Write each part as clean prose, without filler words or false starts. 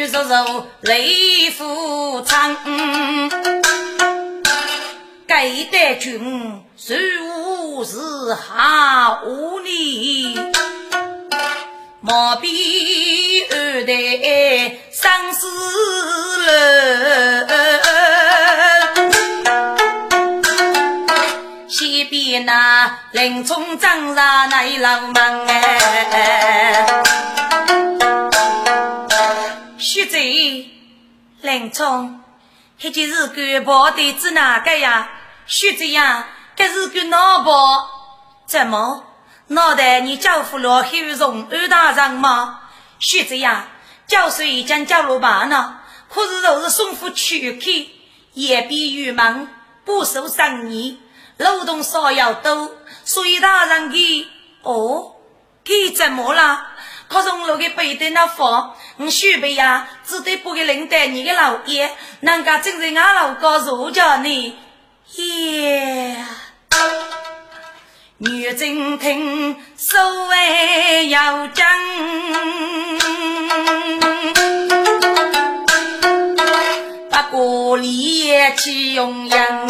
须肉肉雷夫长，该得君是无是好你，莫比二代伤死了，西边那林冲张杀来老忙徐贼林冲，这就是个宝的是哪个呀？徐贼呀，这是个脑包，怎么脑袋你交付了黑容二大人吗？徐贼呀，叫谁将叫老板呢？可是都是送夫去去，也比愚忙不受伤你，劳动少要多，所以大人给给怎么了？可是我给背的那房，徐辈呀，只得不给领带你的老爷，人家真是俺老哥如着你耶。女真听所谓要讲，不过理也去用样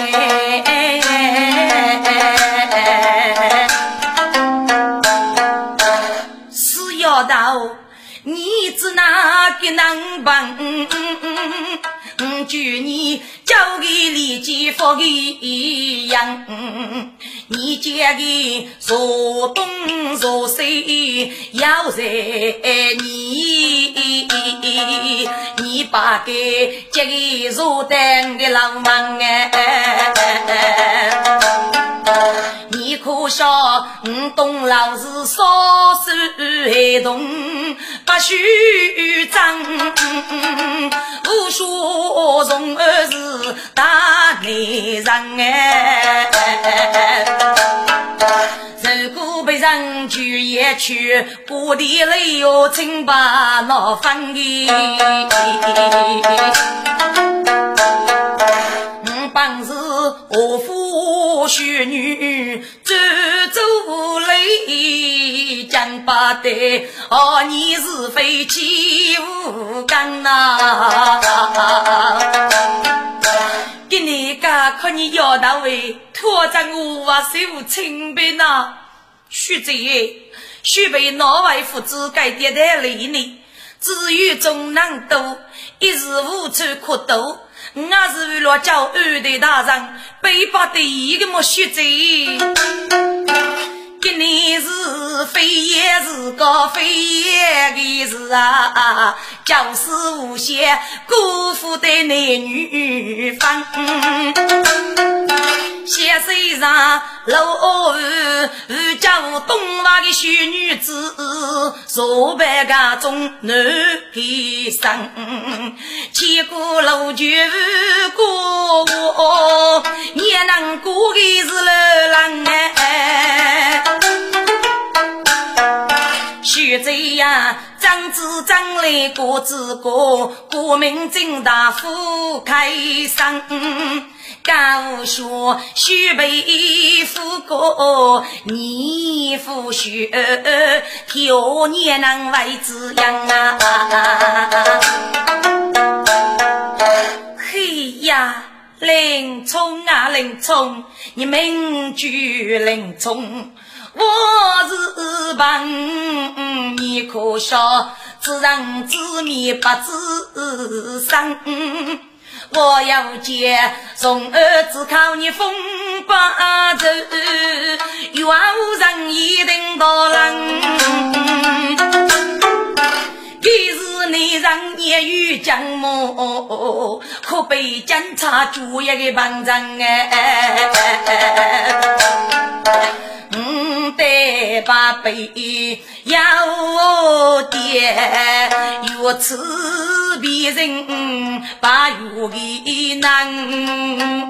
是要到你只哪个能帮就你交给李继福一样，你家的若东若西要在你把给这个若等的老忙你可笑东老是少数动不虚张，无说从儿是大内人如果被人拒也去故地里有请把老翻译帮是我夫婿女这走雷讲不得你是非欺无干呐给你个可你要到位拓展我手清白呐徐贼徐被脑外父子改跌的理你至于中难斗一日无处可斗我是为了叫二的大人背把的一个么徐贼今年是非也是个非也的事啊教师无邪辜负的男女方写谁上楼叫东华的许女子说白个中男的生千古楼绝过我也能过的是了郎徐贼呀张子张来国之国国民经大夫开商高说徐被夫国你夫婿条年能为子样嘿呀林冲啊林冲你名句林冲我是帮你可笑自让自灭不自伤我要接从儿子靠你风刮走愿无人一定到人一日你让业余将么可被检查主也给帮张得把背要爹有此别人把有给难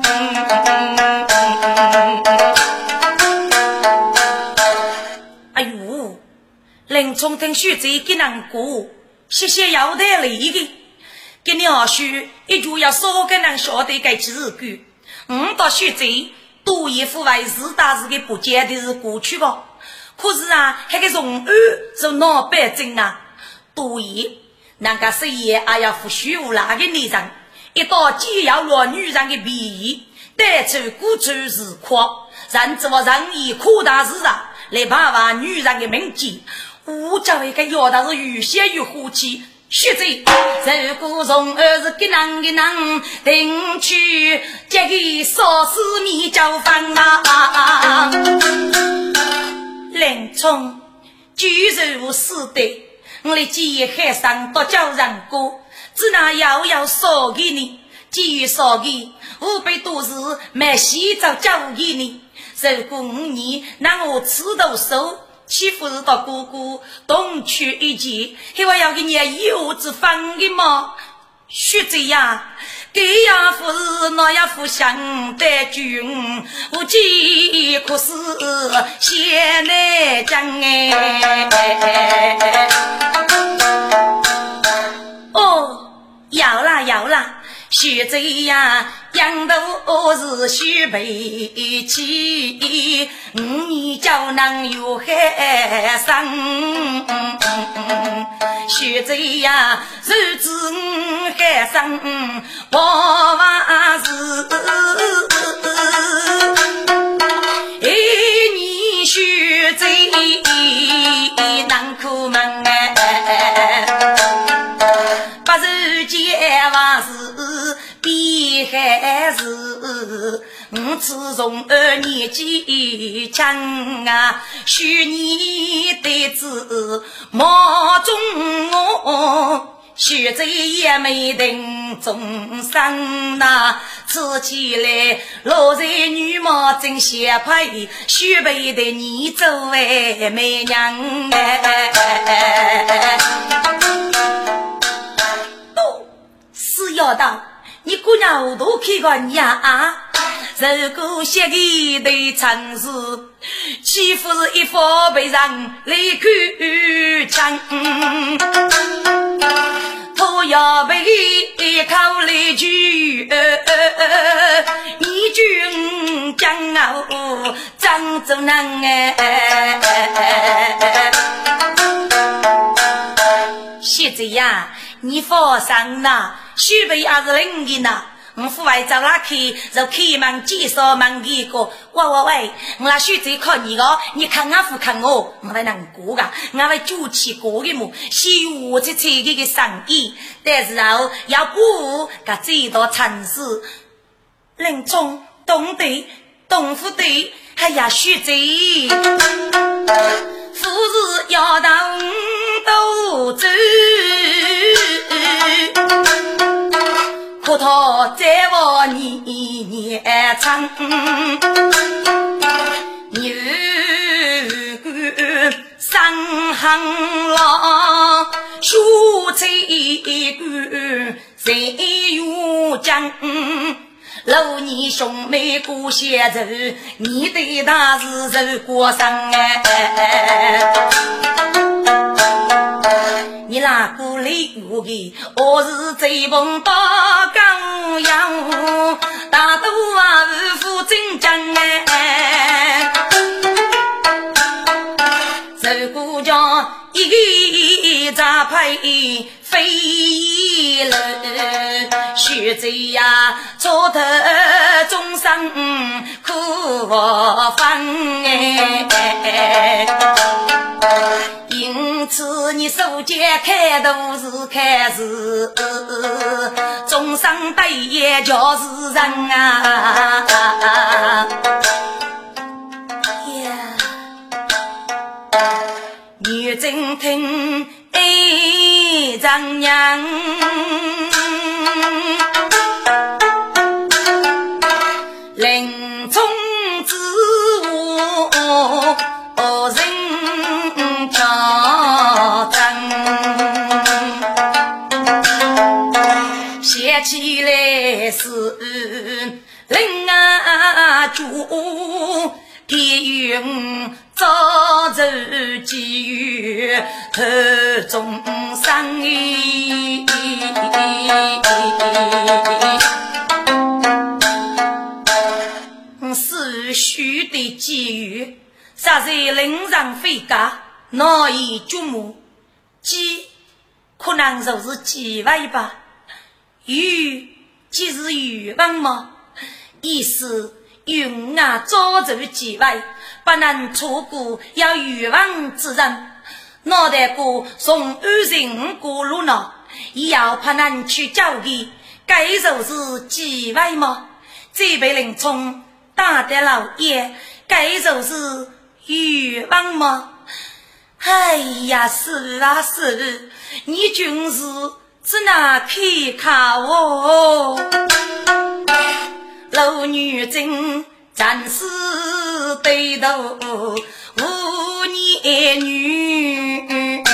哎呦林冲听徐贼给难过谢谢要得了一个给你二叔一就要说跟人说的该日句到徐贼都一副为自大是个不接的是过去吧可是啊那个容儿是脑白真啊都一那个谁也还要付虚无那个内人，一到既要落女人的鼻翼，带出鼓出自夸，然之我人以扩大市场来把把女人的名气，我叫一个要的是越写越火气。学者如果从儿子给男定去这个烧死米叫饭啊，林冲居如是的，我的记忆海上都叫人过，只拿要烧给你，基于烧给500多日买洗澡交给你，如果5年让我吃到手，欺负是到姑姑东去一截，希望要给你有子放的吗？学这样给呀夫是那呀夫想得君，我既可是先来讲哦，要啦学这样养都是虚备气，你叫能有海生，学这样日子海生我娃是你学这难苦门不是结娃是比还是自从2年纪强啊，许你的子毛中我学这也没等终生呐，吃起来落在女毛真些派，许备的你作为美娘是要的你姑娘都看过你啊，如果写给对城市欺负是一副被人来看都要被考虑句一句讲哦张州难是这样你放心呐，许备也是灵的呐。我父外找他去，就开门介绍门一个。喂，我来许这看你哦，你看我父看我，我来难过噶，我来主持过的么？希望我这这个生意，但是后要不噶这道城市，林冲东对东府对，还要许这，夫子要当都走。可他在我年长牛上行了书才个谁有讲老你兄妹过些日你对他是走过上你那个里有的我是最碰到刚阳大都啊是负真正这个叫一个杂牌飞了学着呀做的终生苦烦因此你手间开都是开始终生对也就是人啊女真听张娘林冲之我人挑战写起来是人啊主地云早走机遇头中生意是虚的机遇啥在岭上飞嘎难以捉摸鸡可能就是几位吧。欲即是欲望吗？意思云啊早走几位，不能错过要欲望之人。脑袋过从安人过路呢，也要怕能去交给，该就是几位吗？这位林冲大的老爷，该就是欲望吗？哎呀，是啊是，你君是只那皮卡哦，老女真暂时对头无年女，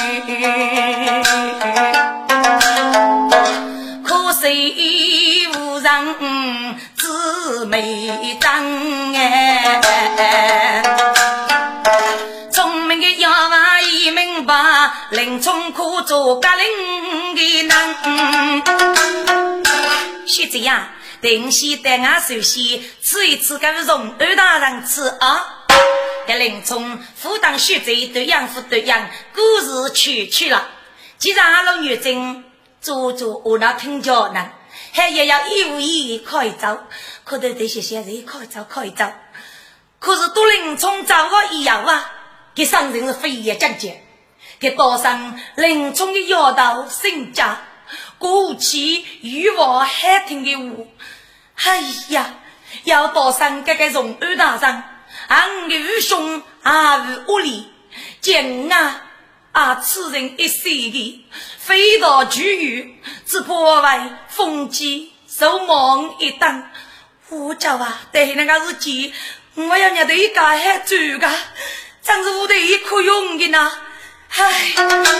可惜无人姊妹张哎。聪明的丫娃已明白，林冲可做个林的人。是这样，定西带俺首席吃一次个容二大人吃啊。给林冲负当学贼对样不对样，故事去了。既然阿老女真做我那听着呢，还也要一无一可以走，可得这些人可以走。可是都林冲找我一样啊。给上人是非也讲解，给多上林冲的药道身家，过去与我还听的我，哎呀，要多上这个容二大人，俺的愚兄无屋里，见此人一世的飞到巨鱼，只破坏风机，手忙一当，我叫对那个日记，我要你的一个还住个。真是我的一可用的呢，唉，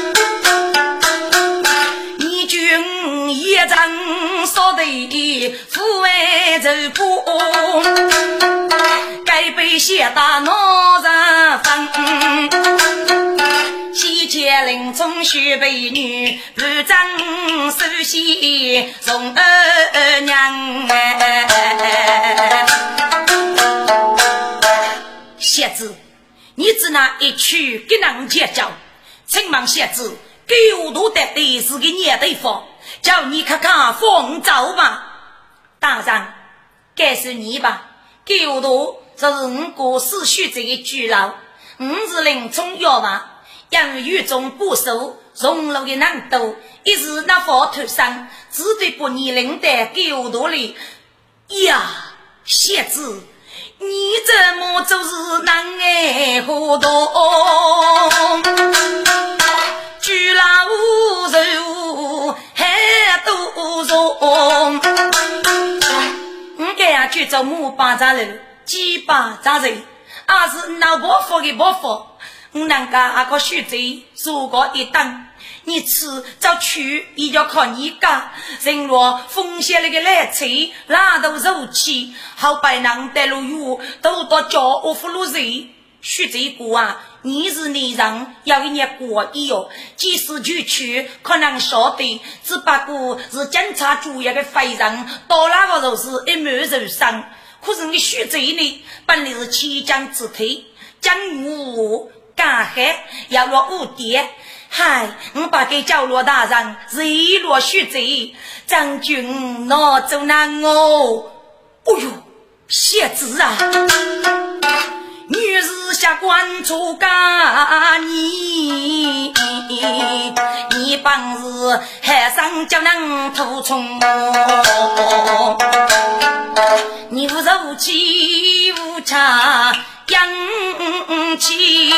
你君也真说的父爱走过，该被写大脑人分，西街林冲许美女，不长首席容二娘写字。你只拿一曲给人结交，请忙写字给我都得的是个你对方，叫你看看风走吧。当然该是你吧，给我都就是我国死去这个巨老，我是林冲药吧，养育中不收融入的难度，一时那佛头上只对不你领的给我都里呀写字。你怎么就是难爱活动？居老肉还多容。给去做木巴扎人，鸡巴扎人，是脑波佛的波佛。能个个学贼，如果一等。你吃早去也要靠你家，人若风险那个来车拉都肉气，好白人带路油都到叫我俘虏人。学这个你是内人要给你过意哦，即使去去可能晓得，只不过是检查主要的非人到那个就是一满受伤。可是你学这呢，本来是起将之推，将无干海要落无跌。嗨，我把给角落大人是一落血贼，将军拿走难哦。哦哟，写字啊！女日下关注干你帮日海上叫人头冲，你无肉气无茶养气，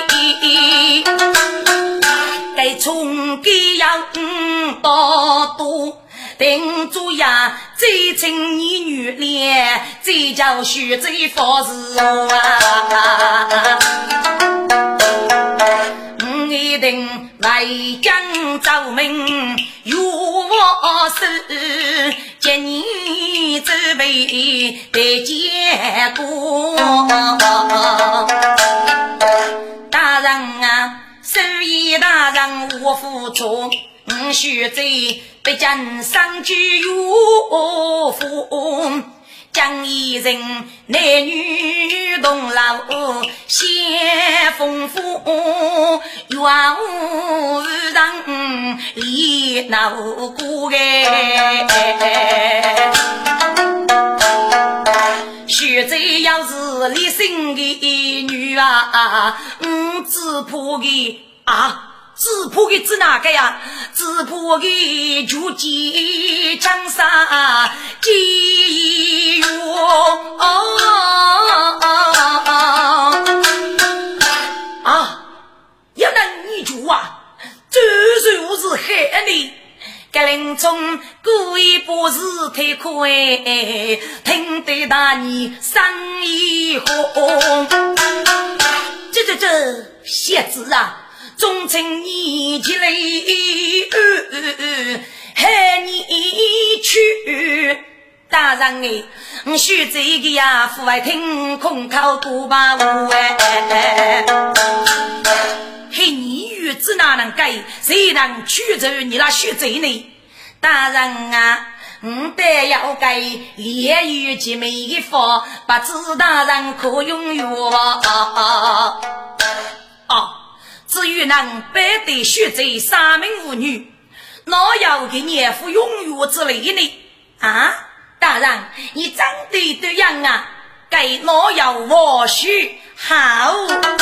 该从给要多定住呀，最亲你女脸，最叫学最佛事一定来将奏明有我事，见你这辈的结果。大人手艺大人我付出，学贼被将上居有福， 江一人男女同老先丰富愿无让离闹过哎学这要是立心的女啊只怕的只怕的是哪个呀？只怕的就记长沙记哟要让你就这就是害你。格林中故意不是太苦听得大你三一红这写字忠情你起来害你去大人许这个父爱听空靠多把无嘿你与之哪能改谁能驱走你那许贼呢大人得要改烈语及每一佛把知大人可拥有至于能白得许贼三名妇女哪要给岳父拥有之类呢大人你长得这样该哪要我许好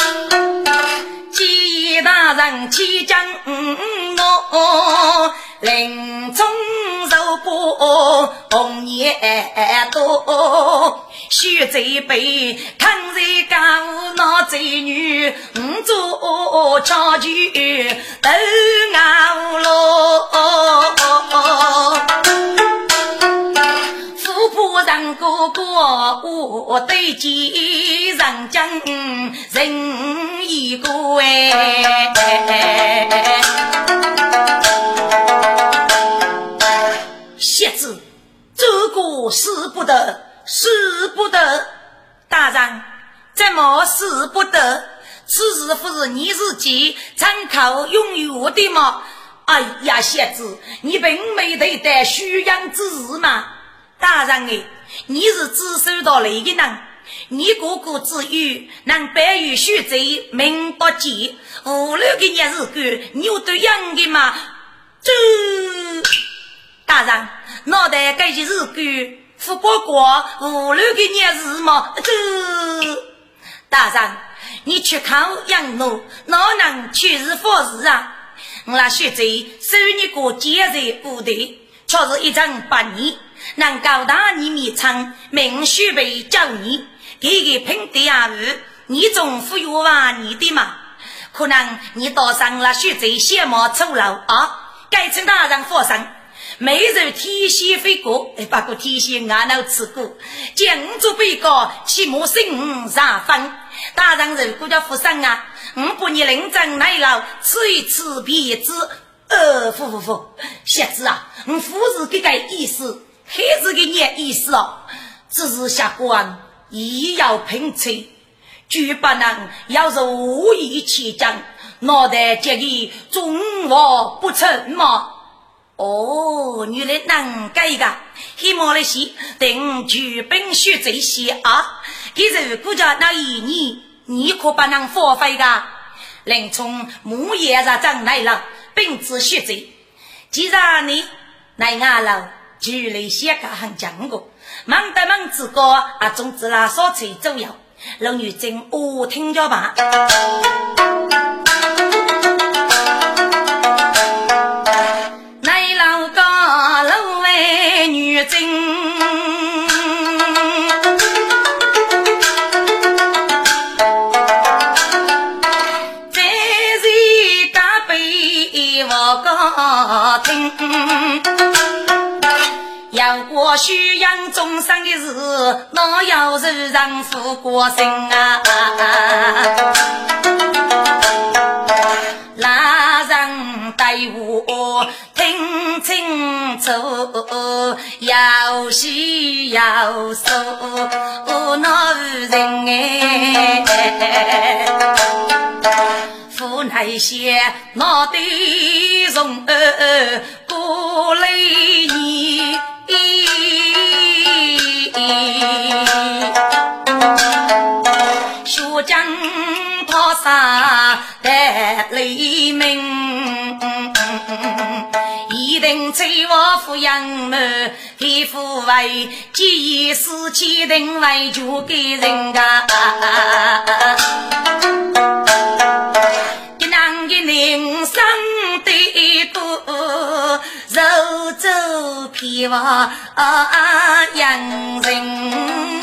记大人即将林中肉波红叶多许贼辈看贼高那贼女做茶具都熬咯富婆让哥哥我对几人将人一个写字这个使不得大人怎么使不得此事不是你自己参考拥有的吗哎呀写字你并没得虚阳之日吗大人你是自受到雷的人你哥哥之语能白于许贼明不记无论给你日子你有对样的吗这大人脑袋该是日子富国国无论给你日吗这大人你去考养奴哪能去日佛日我那许贼收你个节日部队却是一张把你能高大你米仓明须被教你给平地你总富有你的嘛可能你多上了许贼羡慕酬劳该请大人佛上每日提携飞过把个提携俺老吃过将做被告起码生杀分大人如果叫佛上不你领证来了吃一吃别子不写字不是这个意思还是给你意思只是下官也要凭吹举办人要是无意起讲脑袋这里中我不成吗原来能改个希望的是等举本学这些其实国家那一年你可不能发挥的连从木叶上长来了并自学这既然你来了举了些个很讲过忙得忙之歌总之啦所吹走摇老女真听着吧来老个老位女真要过虚阳中上的事哪要是让富过身拉让带我听清楚要喜要收那人父那些那的容过来你的黎明，一定催我抚养们，给父为几世纪人为就给人家。一男一女生的多，肉走皮娃养人。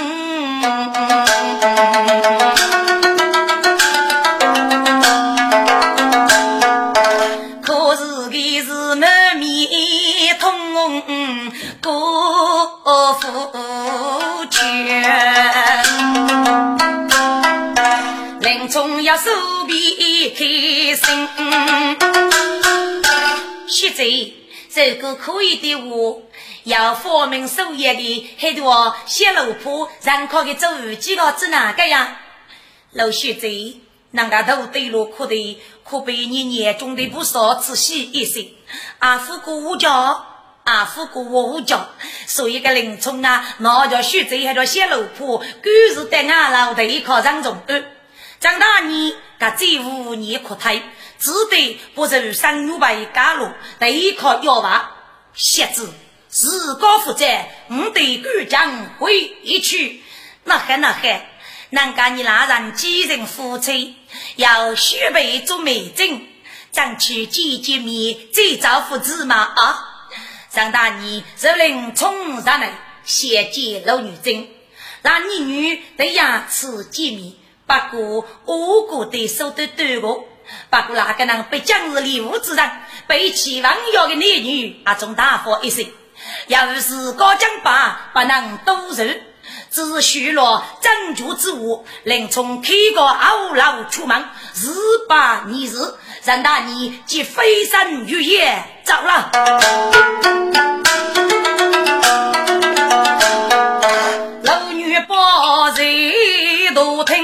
可是给是满面通过夫权，林冲要手臂开心。现在这个可以的话，要发明手艺的很多小老婆让靠给走几个子哪个呀？老学者人家头对路可得可被你眼中的不少仔细一些，富过无教，富过无教，所以个林冲那叫学者还叫小老婆，居是在老头考上中长大你个这5年可太只得不是上路百家路得考要吧写字自高负责得举将回去那还难干你拉人几人夫妻要学备做美景争取几见面最早父子嘛长大你这林冲上来写记老女真让你女的牙齿见面不过无辜的手的对过不过那个人被将日礼物之人被期望要的女女中大佛一声要是高将把不能都是只许了珍珠之物林冲开个傲老出门日把你日让大你即飞山越野走了老女把谁都听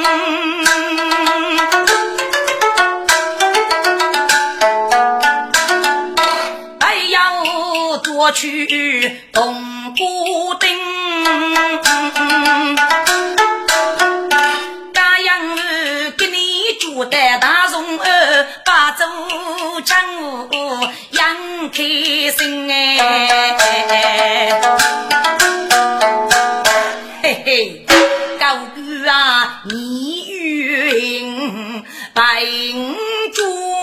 还要夺去东固定大洋给你住的大众把走江湖养开心嘿嘿高歌你云白珠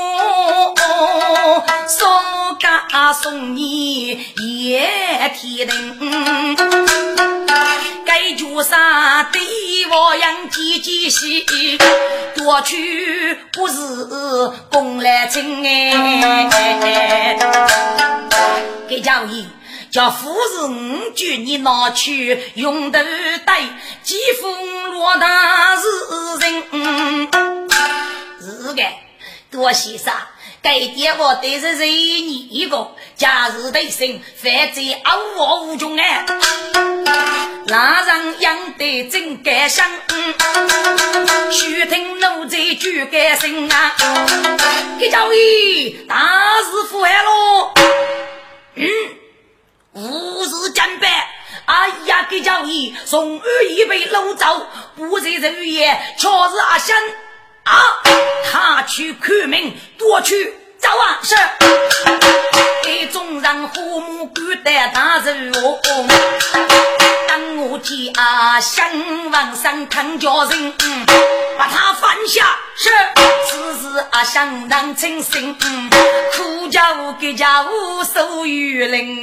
送嘎送你也提人该住啥对我养几喜过去不是公来情给教义叫夫人举你拿去用的带几封落大是人是个多西啥该爹我的是谁你一个假日的心反正我无中那让养得真该想须听奴才举该心给教义大事复害咯无事战败哎呀给教义送一杯楼走不是人也确实阿山他去开门多去早是给众人父母举的大人当我记想往上看家人把他放下是相当清醒苦叫给家无手于人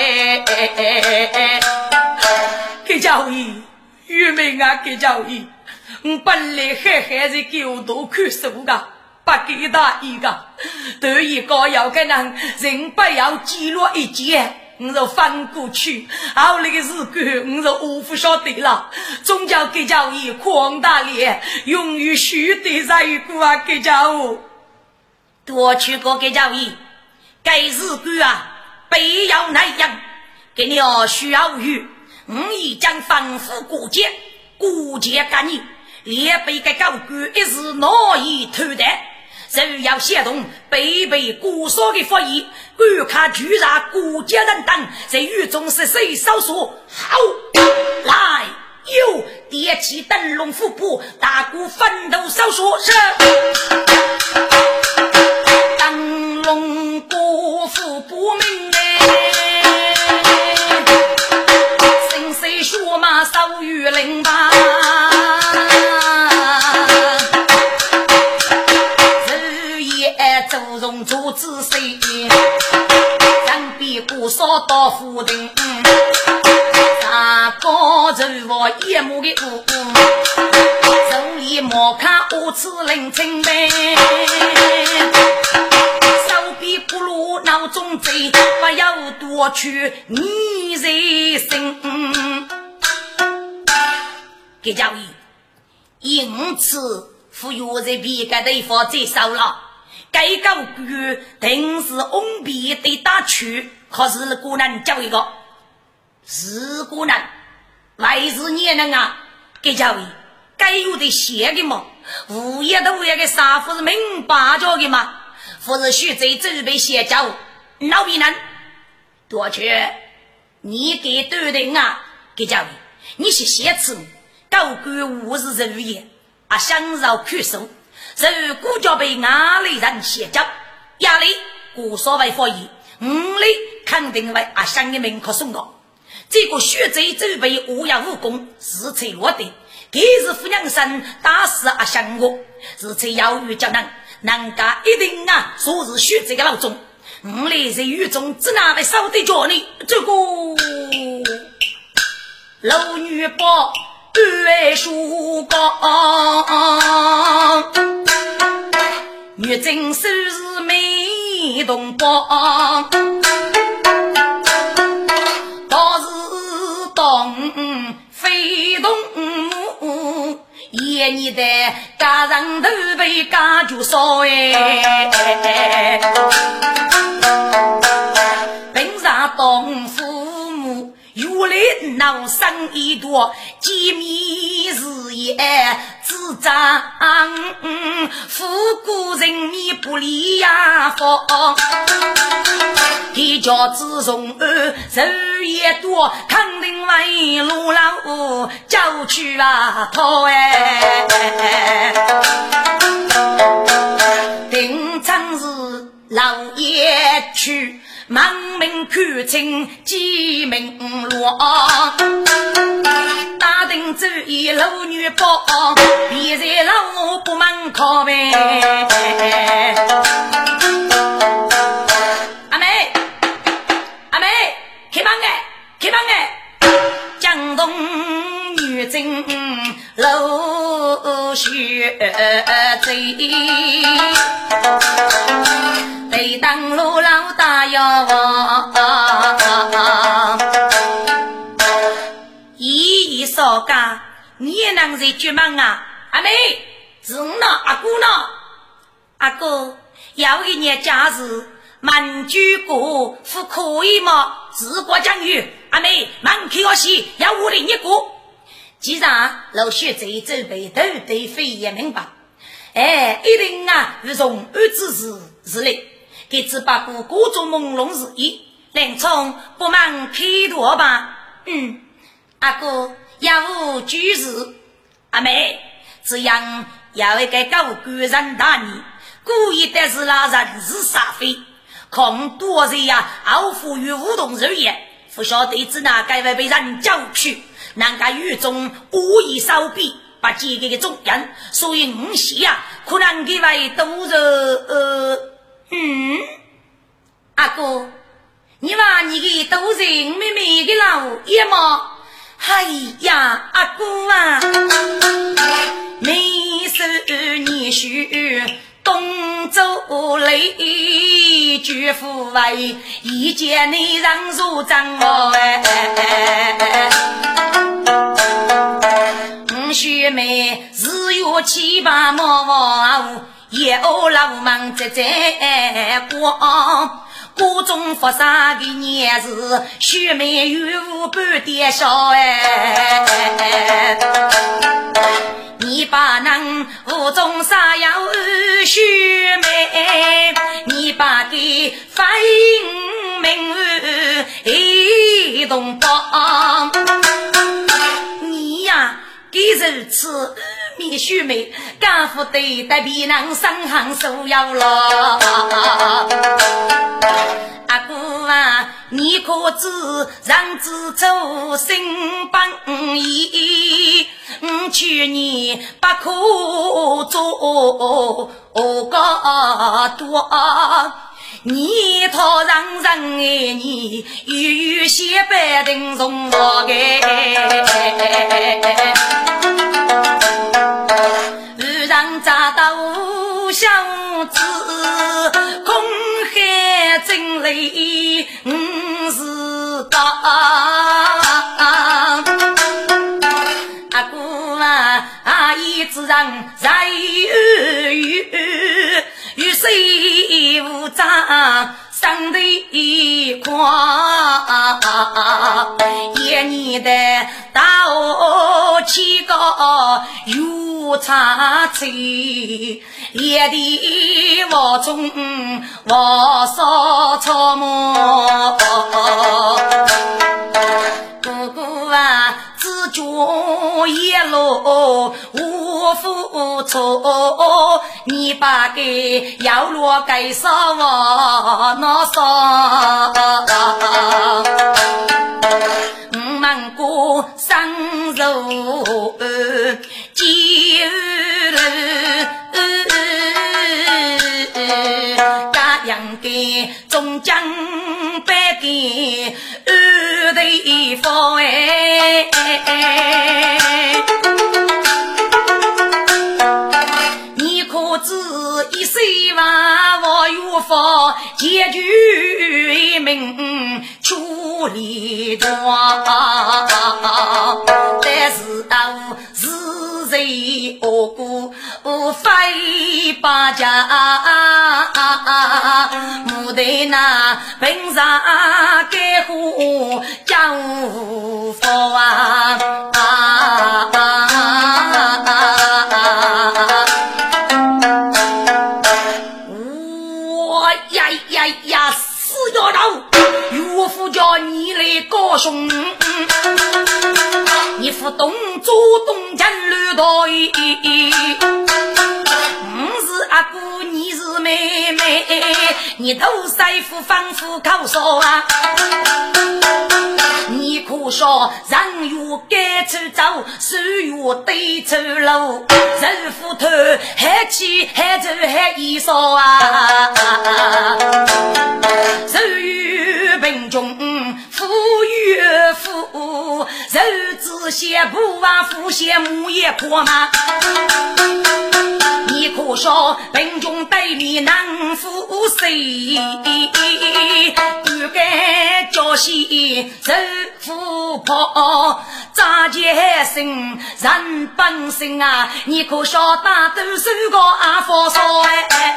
给教育愚民给教育本来还是给我多看书的不给他一个对一个要跟人人不要记录一节我就翻过去后来的日子我就无法晓得了宗教给教育扩大了用于虚的在于过给教育多去过给教育该日子不要那样给你需要于已将反复过节干你列被该高举一时难以偷的只要协同被古说的发言观看居然国家人等在狱中是谁少数好来有叠起灯笼腹部，大鼓翻斗扫说是灯笼鼓腹不明心谁说嘛扫雨灵吧日夜走容做自谁张比鼓扫到夫人高人我夜幕的雾手里莫看五次冷清呗手臂不如脑中贼不要夺去你人生给教育因此富有人比该地方最少了该高举定是翁比得打去可是孤难教一个是孤难来自年人啊给教育该有的写的嘛无业的无业的杀夫是明白着的嘛不是学贼准备写教老比难多去你给对人啊给教育你是写词高举无是人业啊想绕去手这古教被哪里人写教压力古所谓佛义里肯定为啊想的名可送到这个学贼准备无药无功是才落地给是夫娘生打死啊相我是才要与较难难家一定啊说是学这个老总里在狱中只拿来烧的脚呢这个老女包月书高女真是没动包动非动也你的家人都被家就烧本上动父母有来闹生一多机密日夜自张富古人民不理呀佛一家之中人也多肯定为路老叫去啊头定常是老爷去满门看清鸡鸣落大定主意老女包别在老不满靠呗阿妹开帮江东女真楼学贼北当路老大哟一说噶你也能在绝望啊阿妹是呢阿姑呢阿哥要一年假日满居国不可以吗治国将予阿妹满口要洗要我的一国既然老学者准备都对非也明白一定啊是从二之是类给只把各种朦胧日意连从不满开多吧阿哥要居日阿妹这样要一个高官人大你故意的是那人是傻非恐多人呀傲富于无动人也不晓得只哪该会被人叫去难该狱中无意烧笔把几个中人所以是呀可能给外都是阿哥你话你给都是妹妹的老爷吗哎呀阿哥啊没事你许东周雷绝父为一见你让入账学妹日月七八毛也欧老忙在过各种佛萨的年日学妹与无半点少你把能无中啥要学妹你把给反映明一动帮你呀如此米须美，干夫对待必能生行手要了。阿哥啊，你可知让自走心本意？去年不可做个多。你讨让人爱你，有些白定从我给，让找到小子，公海真累是个阿姑啊，阿姨自然在与谁无障上的一块也你的到七个有差气也的我中我所错么姑姑啊自觉也落无付出你把给要落该说我那说满过生肉节日家养的中将白给对方你可知一岁娃我有法结局命处理多但是到是谁我估非把家母的那本上给户叫佛呀死要到岳父叫你来高雄你不懂主动战略道义是阿姑你是妹妹你都塞夫反复口说啊你可说人有该出走是有对出路人夫头还起还走还一说啊人有病中富岳父人子写不啊父写母也破吗你可说病中对你难服谁不该叫戏人夫婆扎结心人本性啊你可说大都是个阿佛说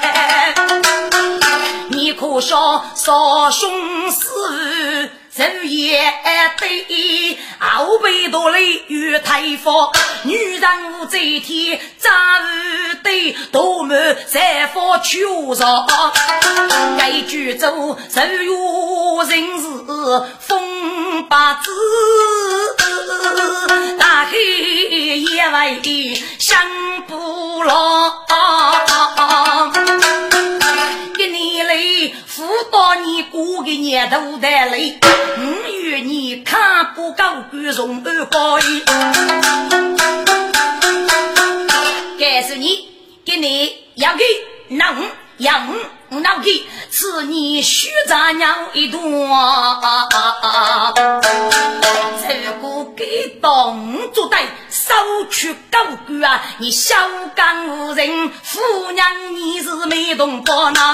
你可说说凶死人也对熬背多累与太佛女人无这天早对多么在佛求着该举走人有人是风八字大黑夜外想不落给你累辅导你过个年头的累与你看不高贵容而高一该是你给你要给能养脑给是你虚杂鸟一段这个给动作带收取高贵啊你小刚无人夫娘你是没动过呢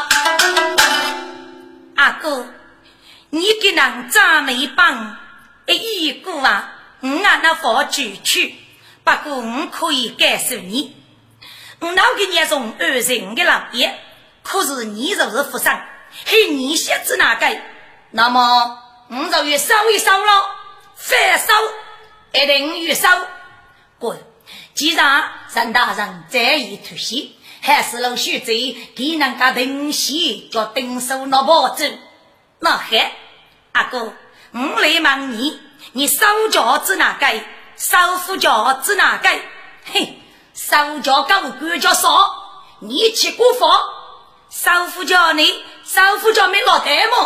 阿哥你给人赞美棒一个啊俺那佛举去不过我可以告诉你我老给你从二人的老爷可是你就是富商嘿你写字哪个那么我就越烧一烧了反烧一定越烧滚既然三大人这一突袭还是老许贼给人家东西叫顶手那包子那还阿哥我来问你你烧脚子哪个烧副脚子哪个嘿，少叫高官叫少，你去过佛，少妇叫你，少妇叫没落台么？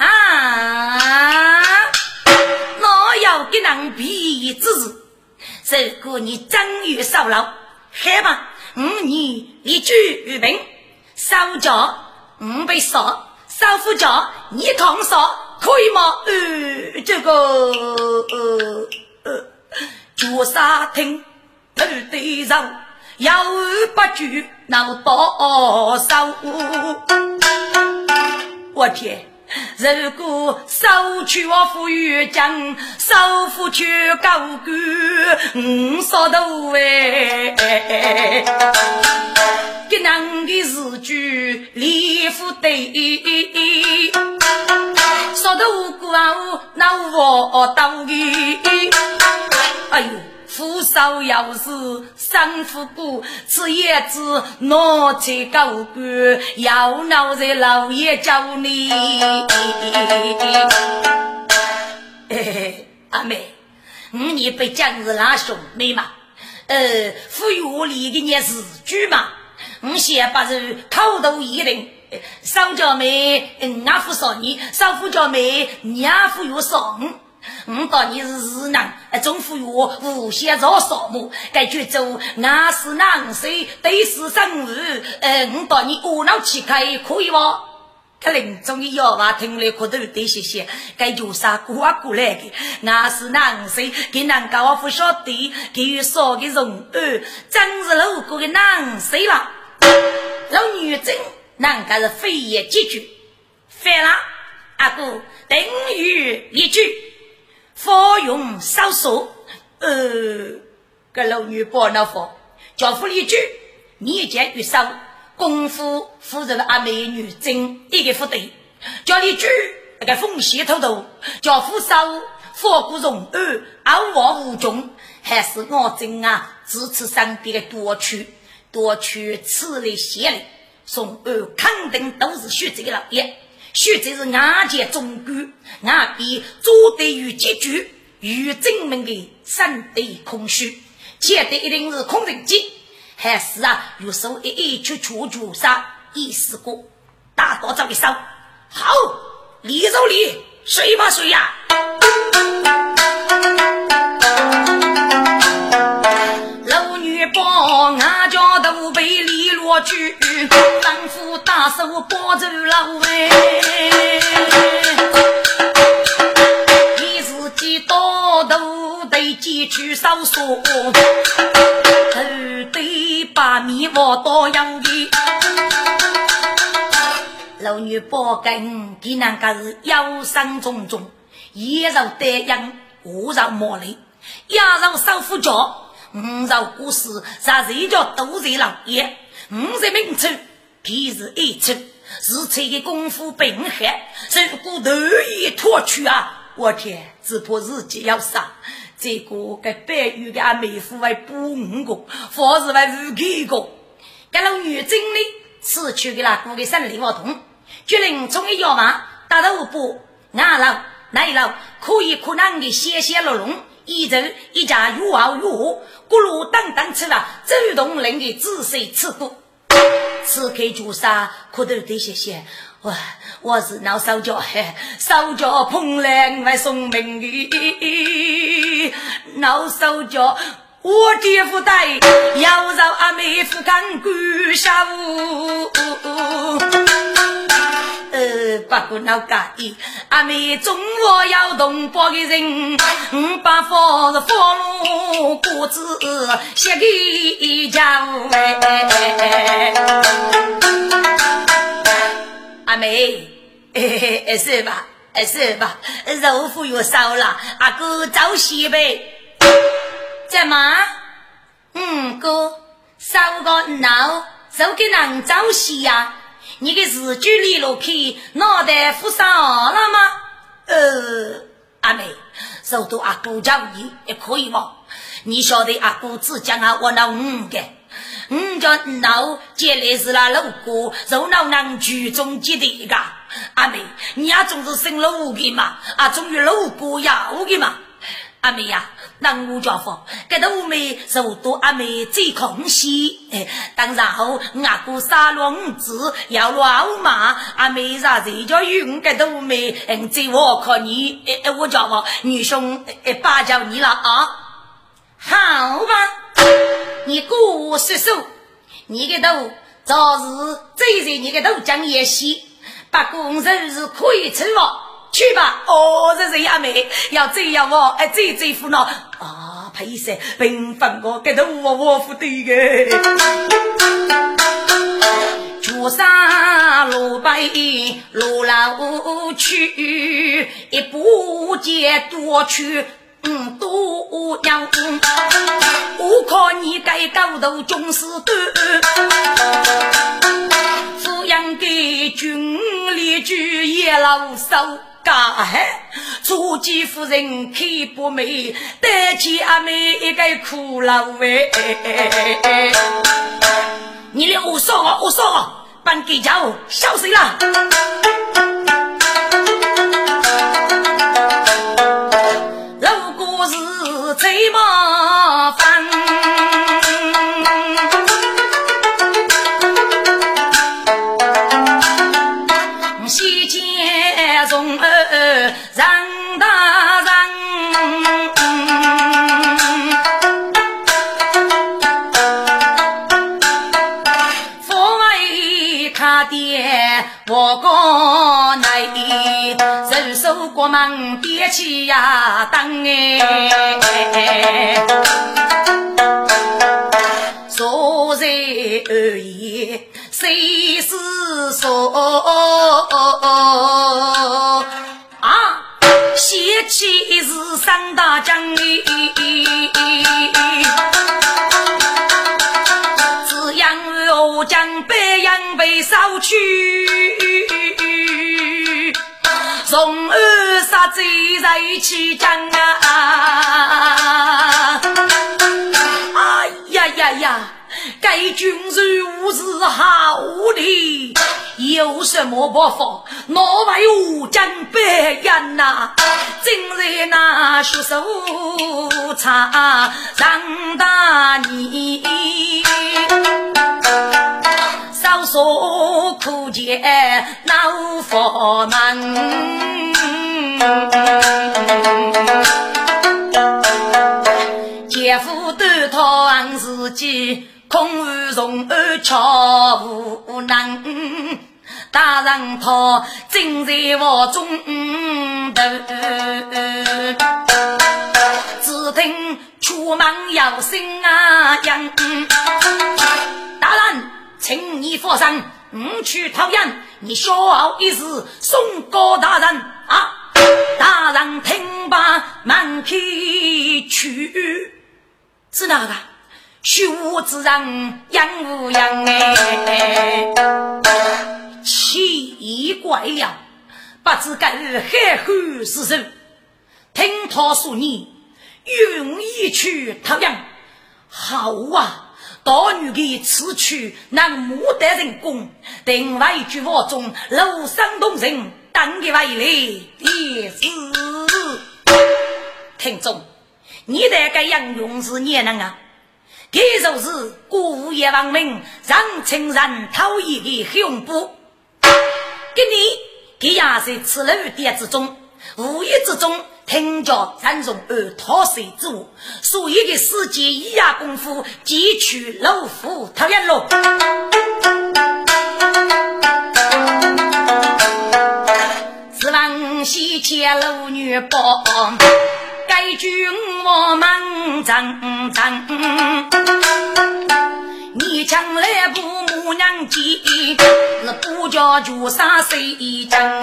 啊，我要给人比之日，如果你真有少劳，害吧，5年一句语病，少叫5倍少，少妇叫你抗少，可以吗？这个做沙听头对上，有8句闹多少？我天！如果少去我富裕将，少富去高官说到给人的字句离不得，说到过那我到底，哎呦，富少要是生富过，吃叶子拿起高官，要闹在老爷叫你。阿妹，你被讲是哪兄妹嘛？富裕我里的你是句嘛？先把人口头一定，少叫妹，阿夫说你，少夫叫妹，你阿夫有送。当你是日男，总服我无限着扫墓，该去走那是男谁对是生日，当你无脑起开可以吗？可能中医药话听了可都得谢谢，该就啥过来的，那是男谁给男高不晓得，给说的容真是路过的男谁了，老女真那个是非也几句，反了阿哥等于一句。佛用少数，个老女不那佛，教父一句，你见越少，功夫夫人阿美女真一个不对，教你句那个风邪头头，教父少，佛骨容傲我无穷，还是我真啊，支持上边的多取此类邪类，送肯定都是学这个老爷。学这是牙界中居，牙比做对于结局与证明的三对空虚，且得一定是空人机，还是有时候一去出主杀意思过，大多找的烧好，理就理，水吧水呀。老女帮牙家都被李落去，丈夫大手抱着老你自己多都得记去少说，都得把米我多养的老女不跟给那个是腰伤重重，也让得养我让莫雷也让少妇脚让故事啥谁叫都是老爷在名称皮是一称是这个功夫本海这股头一脱去我天只怕自己要杀这个给白玉的美妇为不5个佛是为5个给老女经历失去给了古的山里活动决定从一药嘛大头部牙老奶老可以可能的些了龙一人一家如好如何咕噜当当吃了走动人的自谁吃过此刻朱砂可都得谢谢我是闹烧脚烧脚碰凉来送命的闹烧脚我姐夫带要让阿妹夫干顾下午不过闹介意阿妹中我要动波的人把佛的佛路果子写给家阿妹是吧肉腐又烧了阿哥早洗呗怎么哥烧个脑手给人早洗呀你给日剧里落去脑袋敷上了吗阿妹手都阿哥教你也可以吗你晓得阿哥只讲我那叫脑接来是那老哥肉脑能居中记的一个阿妹你总是生了5个嘛终于老哥要的嘛阿妹那我家伙给的我们受多阿妹最空隙当然后阿姑沙龙子要老马阿妹啥子叫用给的我们这我可你我家伙女兄巴叫你了啊好吧你姑叔叔你给都昨日这一你给都讲也戏把工人是可以吃了去吧哦这是阿妹要这样哦这副呢啊陪谁平凡我给的我不对的朱砂路北路老去一不接多去都要我看你该高头总是对抚养给军里居也老少初级夫人看不美得起阿妹一个苦劳你连我说搬给家我笑死了老故事最麻烦西街中让大人佛为他爹我过来人手过忙憋气呀当说人而已谁是说啊邪气是三大将领只养我将北洋被烧去从二杀贼在一起讲啊哎呀呀呀该军如是好的有什么办法挪为武将北洋呐今日那学手查让大你少说苦解恼佛门姐夫对他自己空无容而巧无难大人他正在我中的只听出门要心啊样大人请你佛上去讨厌你说好一时送过大人啊大人听吧慢去去是哪个虚无之人养无养奇怪了不知该何后是谁听他说你愿意去讨厌好啊大女的此去让母得人工等外句话中楼上动人当给外里第四听众你的该样用是你能啊这就是古也亡命让情人讨厌的恐怖给你给也是吃了碟之中无意之中听着三种而脱水之物属于的世界一样功夫汲取老夫讨厌了指望西切老女宝该军我忙张张你将来不母娘记是不叫就杀谁将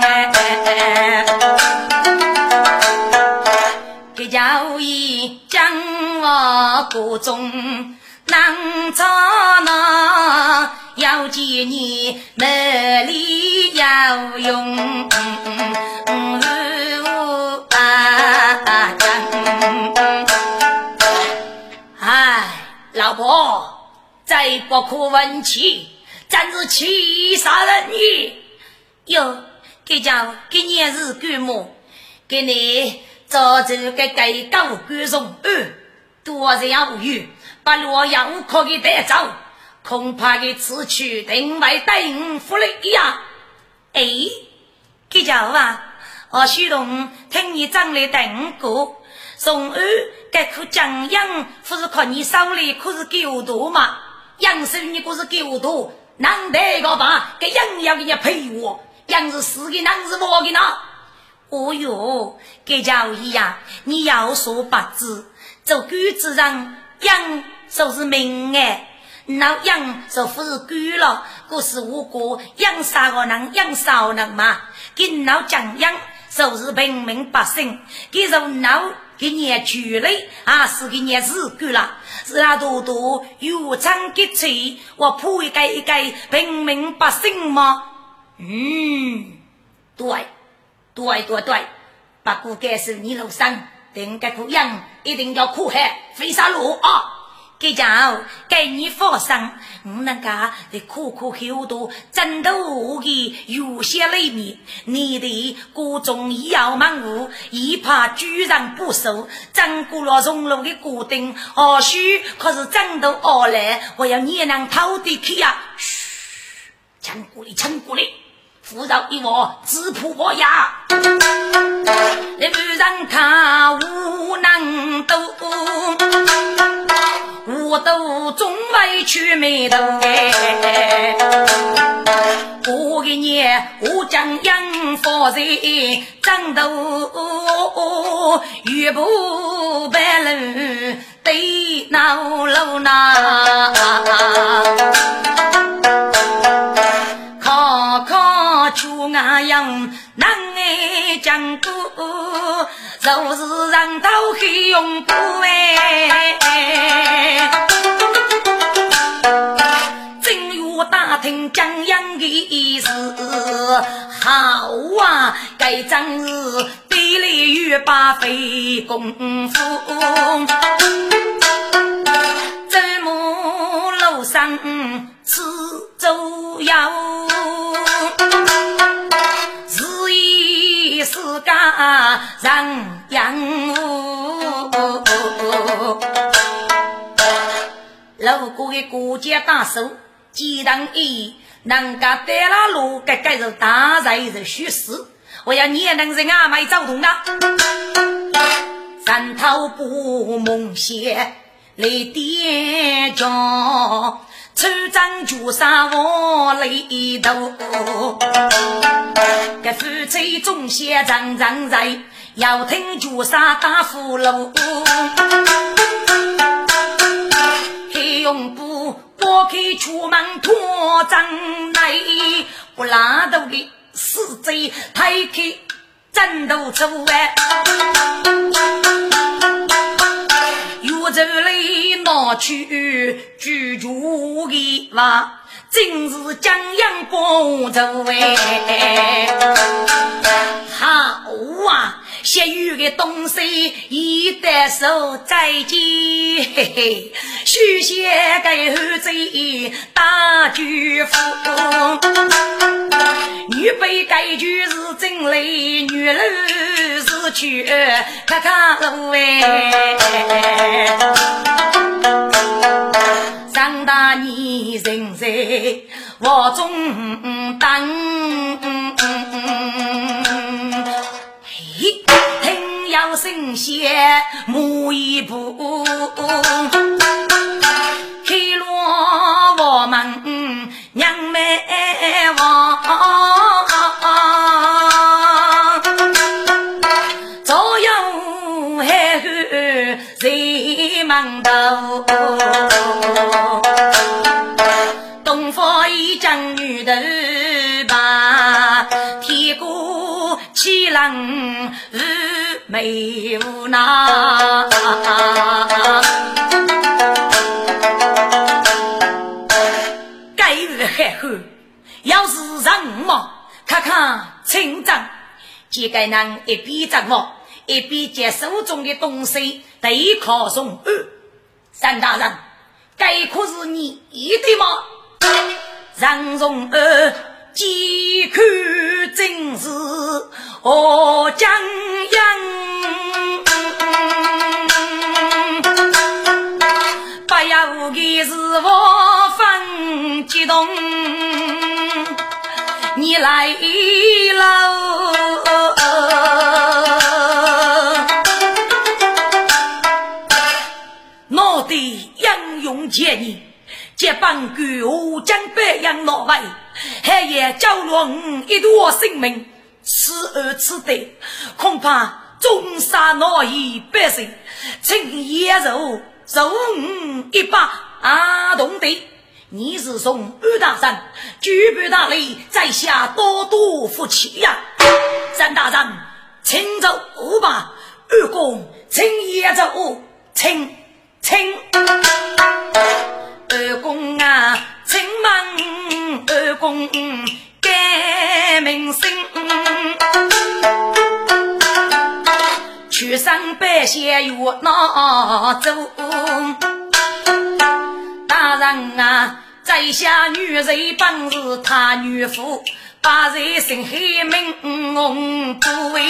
给教义将我国中能找那要记你哪里要用老婆再不可问起暂时气杀人也哟给叫给你是鬼母给你早这个改高官送多人无语，把洛阳可给带走，恐怕给此去定外等福利呀。哎，给叫啊，我许东听你长来等过，送该可江阳，不是看你手里可是狗多嘛？杨生你可是狗多，难得个吧？给杨要给你陪我，杨是死的，男是我的呢。哦哟，给叫一呀，你要说八字，走狗子上杨就是命哎。那养就不是狗了，可是我国养啥个人养少人嘛？给老讲养就是平民百姓，给肉脑给你去了，还是给你是狗了？是那多多有长给吹，我破一个平民百姓吗？对，不过该是你路上定个苦养，一定要苦海飞沙路啊！给讲给你放心，那个的苦厚度真的无的有些里面，你的各种医药忙务一怕居然不收，整过了中路的固定或许可是真的而来，我要你能偷的去呀！嘘，抢过来扶饶一我自扑我呀，你不让他无能斗，我都总委屈没头我给你我将养佛在战斗越不白人对闹楼那出那样难爱讲过就是让头黑用不正如打听江阳的意思好啊该张日地里与八飞功夫这么楼上吃粥药是一世家让养老国的国家大手既然一能够带了路该盖着大在的虚实我要你也能人啊买走动啊三头不梦写来跌跤出张朱砂我里头给夫妻中些张在要听朱砂打俘虏黑用布我可以出门拖张来不拉到的死贼太去战斗走有这里拿去居住的话今日将阳光走好啊写语的东西一得手再见嘿嘿续写给儿子大巨富女被改句是真累女人是去看看路长大你人在我中当听要声写母一步开罗我们娘妹王左右还是谁忙到东方一张女的吧铁骨七郎没无那该日海后要是让嘛看看清长这个人一边掌握一边接手中的东西得靠送三大人该可是你的吗让容即可真是将阳来了。我的英勇前年这帮举武将北洋挪外，还也交了一多性命，此而此地恐怕中杀恼夷百姓，请野肉受一把同的。你是从二大山举杯大礼，在下多多福气呀。三大人请走吧，二公请也走，请二公啊，请问二公改名姓，去上百县有哪走？大人啊，在下女人本是他女夫，把人心黑命不为，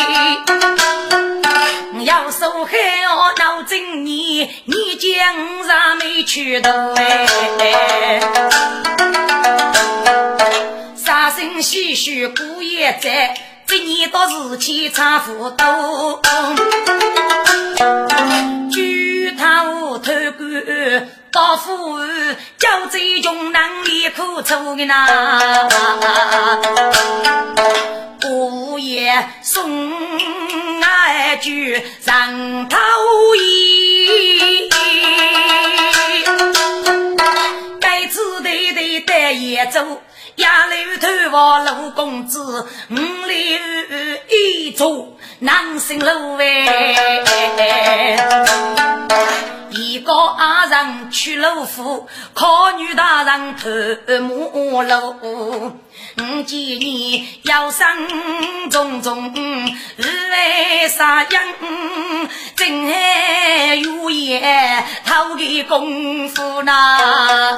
要受害我闹真你将啥没去的杀生细许故也在，这年到日期差不多，举头头骨到父叫这种能力苦愁的那不也送爱句上头衣，该次对带也走压里头我老公子五里一走南行路一个阿人去楼府，可女大人头目楼，见你腰上种种来啥样，真还有也讨个功夫呐。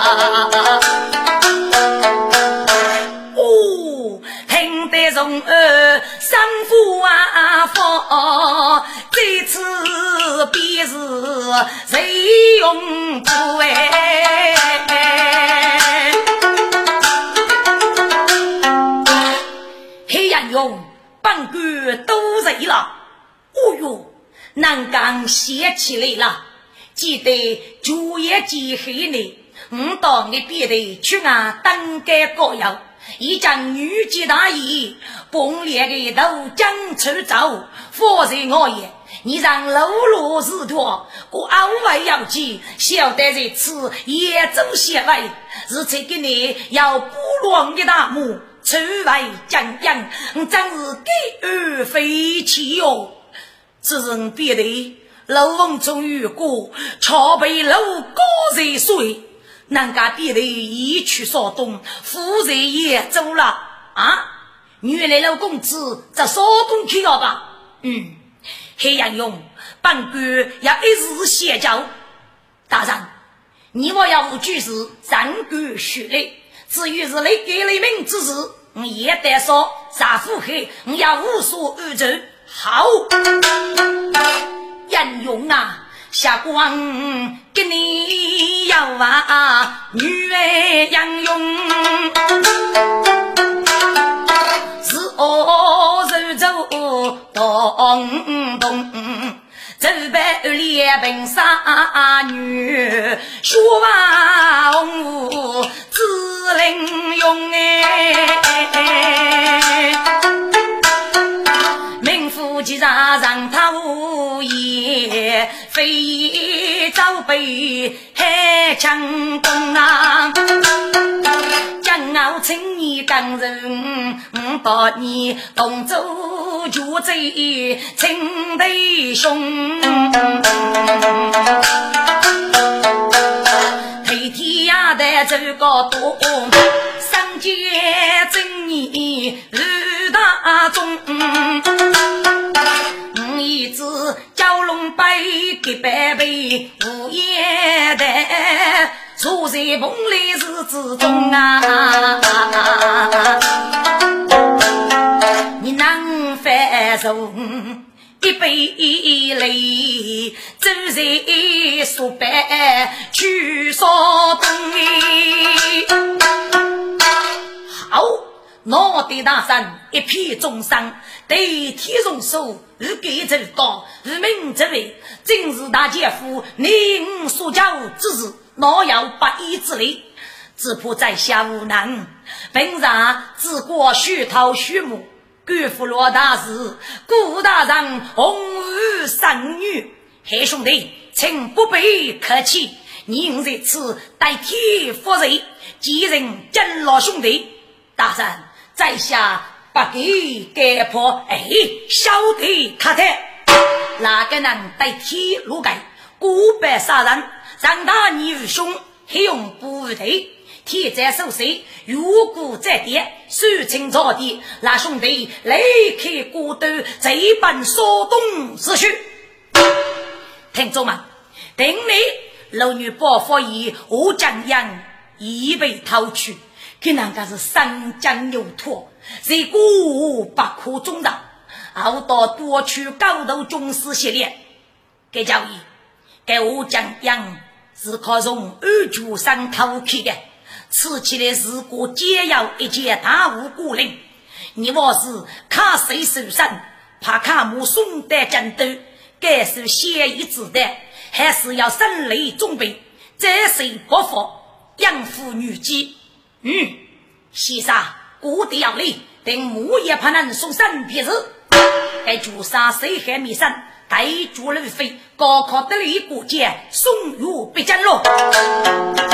听得从三夫佛，这次必是谁用不黑暗用半个都贼了，哦哟，南港写起来了，记得主业记黑呢，当你别的去当个高友一张女婿大义，崩裂的都将出走，否则我也你让喽啰日多，我安外要记，晓得这次也走些外，是这个你要不乱的大幕，出外将将，真是给而非其哟。这人别的楼翁中遇过，朝被楼高在水。南家别的一去扫动，夫人也走了啊！原来老公子在扫动去了吧？黑羊用半个要一日歇脚。大人，你我要举事三个许累，至于是你给了命之事，也得说啥腹黑，要无所而走。好，杨勇啊！下官给你要女儿杨勇是手走动走白列本杀女说红自领用名副其实让他无也非早被黑强攻啊，将我请你当人把你动走就贼请弟兄推天呀的这个多三界正义日大中一只蛟龙白的白背无言的处在梦里日之中啊，你能翻手一杯泪走在苏北去说东好， 脑袋大山一片重伤，对天容手如给这高如明这位，正是大姐夫你我所教之事，哪要不义之理？只怕在下无能，本上自过虚头虚目，官府罗大事，顾大人红日三女，黑兄弟，请不必客气，您这次代替夫人，几人真老兄弟，大人在下不给解破，小弟卡特，哪个能代替路改，古白杀人，让他女兄黑用不对。铁在手势，如果在跌，事情着地，那兄弟立刻果断，这般所动是去。听众们，等你老女伯父以无将样已被逃去，给那个是三江有托，谁故不可中道，好多多去高头中师系列，给教义，给无将样是可从二主上逃去的。此起的事故皆要一件大无辜令，你我是看谁受伤，怕看母送的战斗，该是协议之的，还是要生雷中备，这是不服养父女姬。西沙古地要力，等母也怕能送上别人，该主杀谁还没上，带主人飞高考得了一股剑，送入北江路。